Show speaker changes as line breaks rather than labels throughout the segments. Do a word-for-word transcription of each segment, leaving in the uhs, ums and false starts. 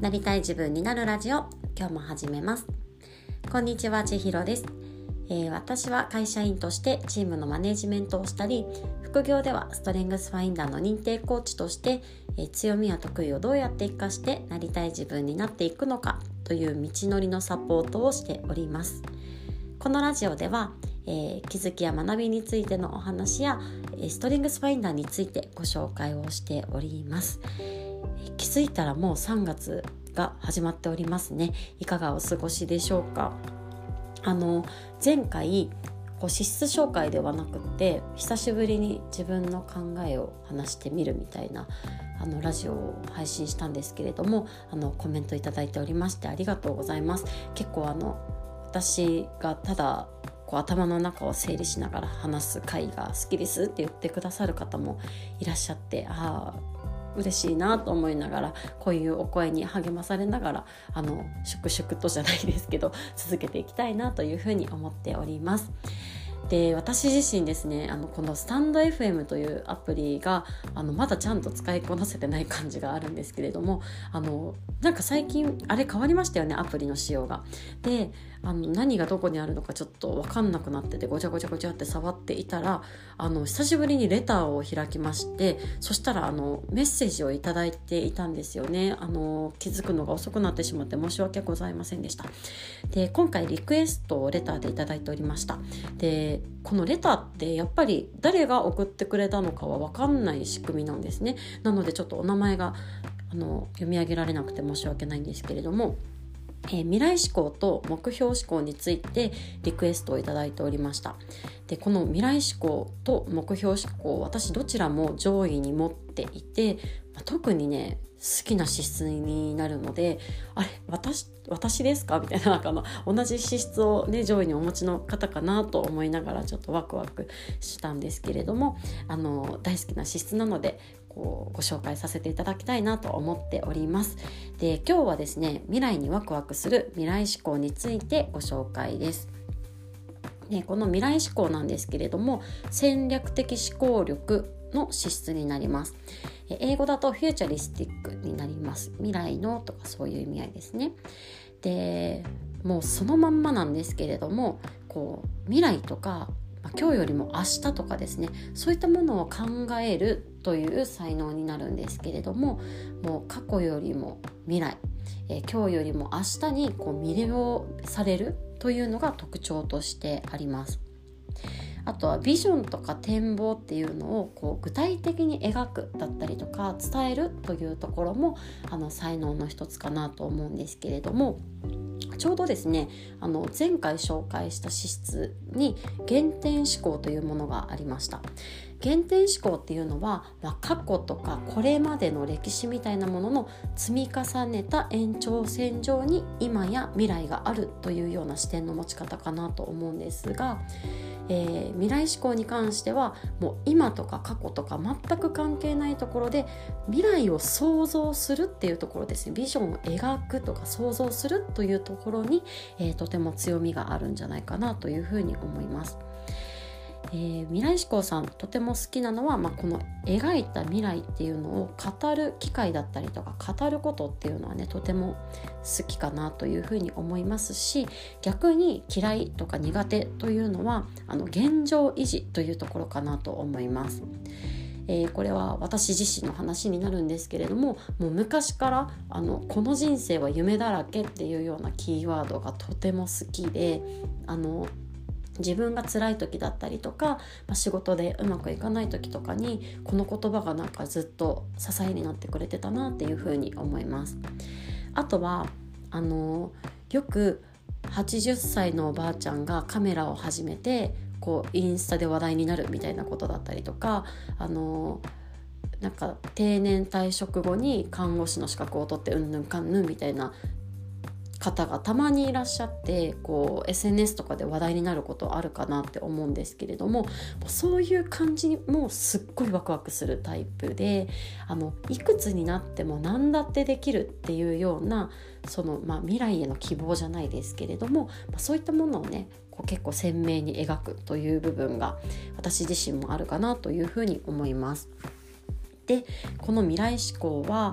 なりたい自分になるラジオ、今日も始めます。こんにちは、ちひろです。えー、私は会社員としてチームのマネジメントをしたり、副業ではストレングスファインダーの認定コーチとして、えー、強みや得意をどうやって活かしてなりたい自分になっていくのかという道のりのサポートをしております。このラジオでは、えー、気づきや学びについてのお話やストレングスファインダーについてご紹介をしております。気づいたらもうさんがつが始まっておりますね。いかがお過ごしでしょうか。あの前回こう資質紹介ではなくって久しぶりに自分の考えを話してみるみたいなあのラジオを配信したんですけれども、あのコメントいただいておりましてありがとうございます。結構あの私がただこう頭の中を整理しながら話す回が好きですって言ってくださる方もいらっしゃって、ああ嬉しいなと思いながら、こういうお声に励まされながらあの粛々とじゃないですけど続けていきたいなというふうに思っております。で、私自身ですね、あのこのスタンド エフエム というアプリがあのまだちゃんと使いこなせてない感じがあるんですけれども、あのなんか最近あれ変わりましたよね、アプリの仕様が。で、あの何がどこにあるのかちょっと分かんなくなってて、ごちゃごちゃごちゃって触っていたら、あの久しぶりにレターを開きまして、そしたらあのメッセージをいただいていたんですよね。あの気づくのが遅くなってしまって申し訳ございませんでした。で、今回リクエストをレターでいただいておりました。で、このレターってやっぱり誰が送ってくれたのかは分かんない仕組みなんですね。なのでちょっとお名前があの読み上げられなくて申し訳ないんですけれども、えー、未来志向と目標志向についてリクエストをいただいておりました。で、この未来志向と目標志向、私どちらも上位に持っていて、まあ、特にね好きな資質になるので、あれ 私, 私ですかみたいな、なんかあの同じ資質を、ね、上位にお持ちの方かなと思いながらちょっとワクワクしたんですけれども、あの大好きな資質なのでこうご紹介させていただきたいなと思っております。で、今日はですね、未来にワクワクする未来志向についてご紹介です。ね、この未来志向なんですけれども、戦略的思考力の資質になります。英語だとフューチャリスティックになります。未来のとかそういう意味合いですね。で、もうそのまんまなんですけれども、こう未来とか今日よりも明日とかですね、そういったものを考えるという才能になるんですけれども、もう過去よりも未来、えー、今日よりも明日にこう魅了されるというのが特徴としてあります。あとはビジョンとか展望っていうのをこう具体的に描くだったりとか伝えるというところもあの才能の一つかなと思うんですけれども、ちょうどですね、あの前回紹介した資質に原点思考というものがありました。原点思考っていうのは、まあ、過去とかこれまでの歴史みたいなものの積み重ねた延長線上に今や未来があるというような視点の持ち方かなと思うんですが、えー、未来志向に関してはもう今とか過去とか全く関係ないところで未来を想像するっていうところですね。ビジョンを描くとか想像するというところに、えー、とても強みがあるんじゃないかなというふうに思います。えー、未来志向さんとても好きなのは、まあ、この描いた未来っていうのを語る機会だったりとか語ることっていうのはね、とても好きかなというふうに思いますし、逆に嫌いとか苦手というのはあの現状維持というところかなと思います。えー、これは私自身の話になるんですけれども、もう昔からあのこの人生は夢だらけっていうようなキーワードがとても好きで、あの自分が辛い時だったりとか、まあ、仕事でうまくいかない時とかにこの言葉がなんかずっと支えになってくれてたなっていうふうに思います。あとはあのよくはちじゅっさいのおばあちゃんがカメラを始めてこうインスタで話題になるみたいなことだったりとか、あのなんか定年退職後に看護師の資格を取ってうんぬんかんぬんみたいな方がたまにいらっしゃって、こう エスエヌエス とかで話題になることあるかなって思うんですけれども、そういう感じにもうすっごいワクワクするタイプで、あのいくつになっても何だってできるっていうようなその、まあ、未来への希望じゃないですけれども、まあ、そういったものをねこう結構鮮明に描くという部分が私自身もあるかなというふうに思います。で、この未来志向は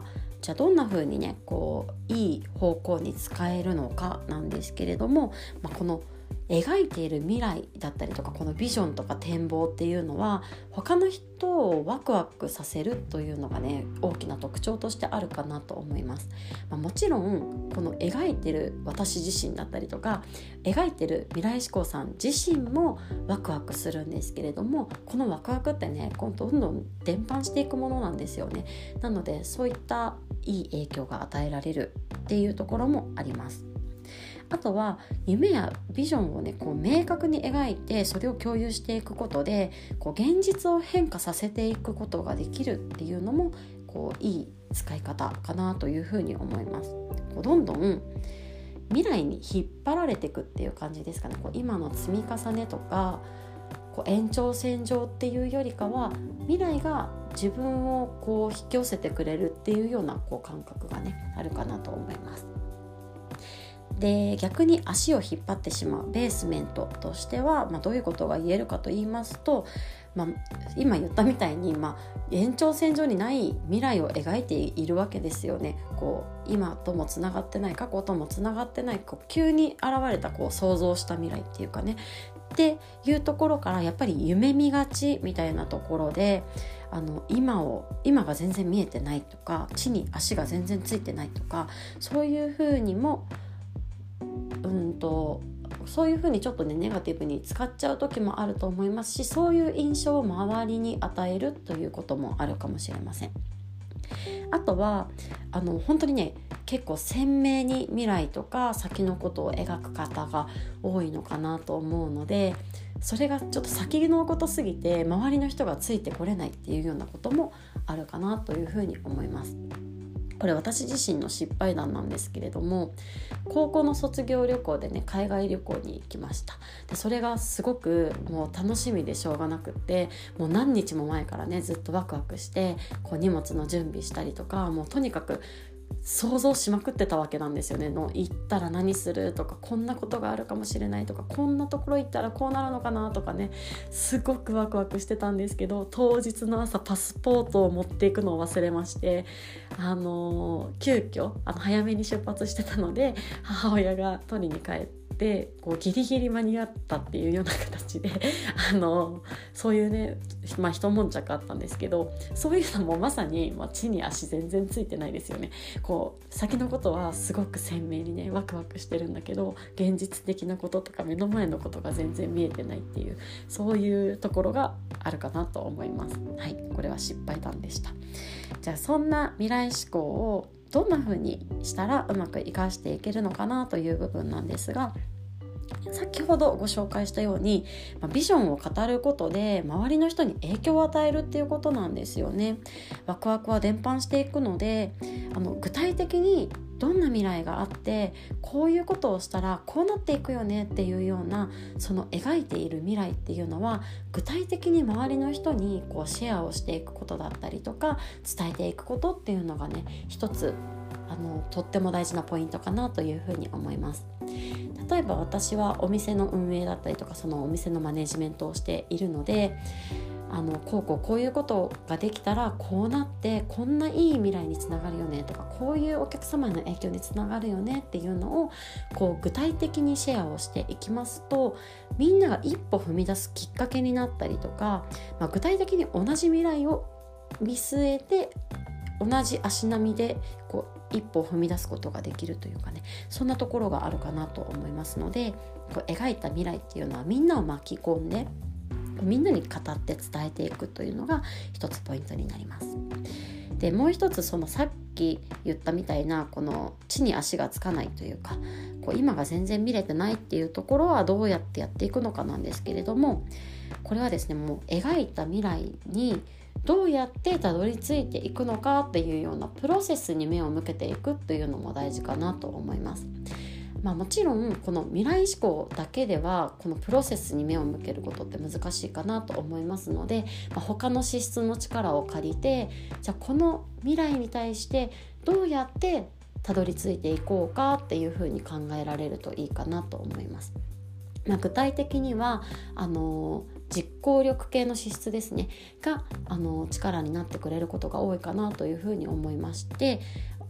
じゃあどんな風にねこういい方向に使えるのかなんですけれども、まあ、この描いている未来だったりとかこのビジョンとか展望っていうのは他の人をワクワクさせるというのがね大きな特徴としてあるかなと思います、まあ、もちろんこの描いてる私自身だったりとか描いてる未来志向さん自身もワクワクするんですけれども、このワクワクってねどんどん伝播していくものなんですよね。なのでそういったいい影響が与えられるっていうところもあります。あとは夢やビジョンをねこう明確に描いてそれを共有していくことでこう現実を変化させていくことができるっていうのもこういい使い方かなというふうに思います。こうどんどん未来に引っ張られていくっていう感じですかね。こう今の積み重ねとかこう延長線上っていうよりかは未来が自分をこう引き寄せてくれるっていうようなこう感覚がねあるかなと思います。で逆に足を引っ張ってしまうベースメントとしては、まあ、どういうことが言えるかと言いますと、まあ、今言ったみたいに、まあ、延長線上にない未来を描いているわけですよね。こう今ともつながってない過去ともつながってないこう急に現れたこう想像した未来っていうかねっていうところからやっぱり夢見がちみたいなところであの今を今が全然見えてないとか地に足が全然ついてないとかそういうふうにもうんとそういうふうにちょっとねネガティブに使っちゃう時もあると思いますし、そういう印象を周りに与えるということもあるかもしれません。あとはあの本当にね結構鮮明に未来とか先のことを描く方が多いのかなと思うので、それがちょっと先のことすぎて周りの人がついてこれないっていうようなこともあるかなというふうに思います。これ私自身の失敗談なんですけれども、高校の卒業旅行でね海外旅行に行きました。でそれがすごくもう楽しみでしょうがなくって、もう何日も前からねずっとワクワクしてこう荷物の準備したりとか、もうとにかく想像しまくってたわけなんですよね。の行ったら何するとか、こんなことがあるかもしれないとか、こんなところ行ったらこうなるのかなとかね、すごくワクワクしてたんですけど、当日の朝パスポートを持っていくのを忘れまして、あのー、急遽あの早めに出発してたので母親が取りに帰ってでこうギリギリ間に合ったっていうような形であのそういうね、まあ、一悶着あったんですけど、そういうのもまさに、まあ、地に足全然ついてないですよね。こう先のことはすごく鮮明にねワクワクしてるんだけど、現実的なこととか目の前のことが全然見えてないっていう、そういうところがあるかなと思います。はい、これは失敗談でした。じゃあそんな未来志向をどんな風にしたらうまく活かしていけるのかなという部分なんですが、先ほどご紹介したように、まあ、ビジョンを語ることで周りの人に影響を与えるっていうことなんですよね。ワクワクは伝播していくので、あの具体的にどんな未来があってこういうことをしたらこうなっていくよねっていうような、その描いている未来っていうのは具体的に周りの人にこうシェアをしていくことだったりとか伝えていくことっていうのがね、一つあのとっても大事なポイントかなというふうに思います。例えば私はお店の運営だったりとかそのお店のマネジメントをしているので、あのこうこうこういうことができたらこうなってこんないい未来につながるよねとか、こういうお客様への影響につながるよねっていうのをこう具体的にシェアをしていきますと、みんなが一歩踏み出すきっかけになったりとか、まあ、具体的に同じ未来を見据えて同じ足並みでこう一歩を踏み出すことができるというかね、そんなところがあるかなと思いますので、こう描いた未来っていうのはみんなを巻き込んでみんなに語って伝えていくというのが一つポイントになります。でもう一つ、そのさっき言ったみたいなこの地に足がつかないというか、こう今が全然見れてないっていうところはどうやってやっていくのかなんですけれども、これはですね、もう描いた未来にどうやってたどり着いていくのかっていうようなプロセスに目を向けていくというのも大事かなと思います。まあ、もちろんこの未来志向だけではこのプロセスに目を向けることって難しいかなと思いますので、まあ、他の資質の力を借りて、じゃあこの未来に対してどうやってたどり着いていこうかっていうふうに考えられるといいかなと思います。まあ、具体的にはあの実行力系の資質ですねがあの力になってくれることが多いかなというふうに思いまして、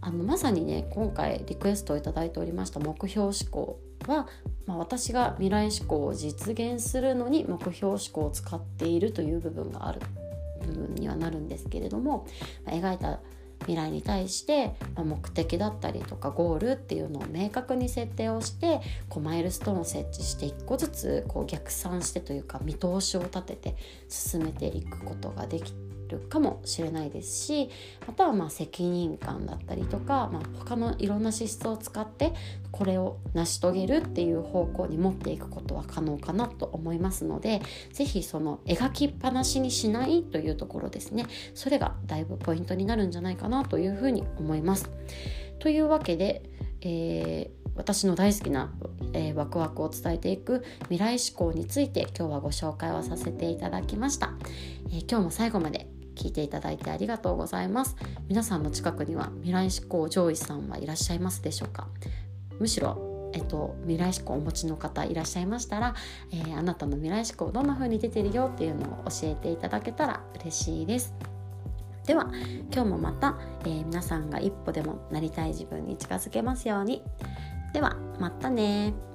あのまさにね今回リクエストをいただいておりました目標思考は、まあ、私が未来思考を実現するのに目標思考を使っているという部分がある部分にはなるんですけれども、まあ、描いた未来に対して、まあ、目的だったりとかゴールっていうのを明確に設定をしてこうマイルストーンを設置していっこずつこう逆算してというか見通しを立てて進めていくことができるかもしれないですし、またはまあ責任感だったりとか、まあ、他のいろんな資質を使ってこれを成し遂げるっていう方向に持っていくことは可能かなと思いますので、ぜひその描きっぱなしにしないというところですね、それがだいぶポイントになるんじゃないかなというふうに思います。というわけで、えー私の大好きな、えー、ワクワクを伝えていく未来志向について今日はご紹介をさせていただきました。えー、今日も最後まで聞いていただいてありがとうございます。皆さんの近くには未来志向上位さんはいらっしゃいますでしょうか。むしろ、えっと、未来志向をお持ちの方いらっしゃいましたら、えー、あなたの未来志向どんな風に出てるよっていうのを教えていただけたら嬉しいです。では今日もまた、えー、皆さんが一歩でもなりたい自分に近づけますように。ではまたね。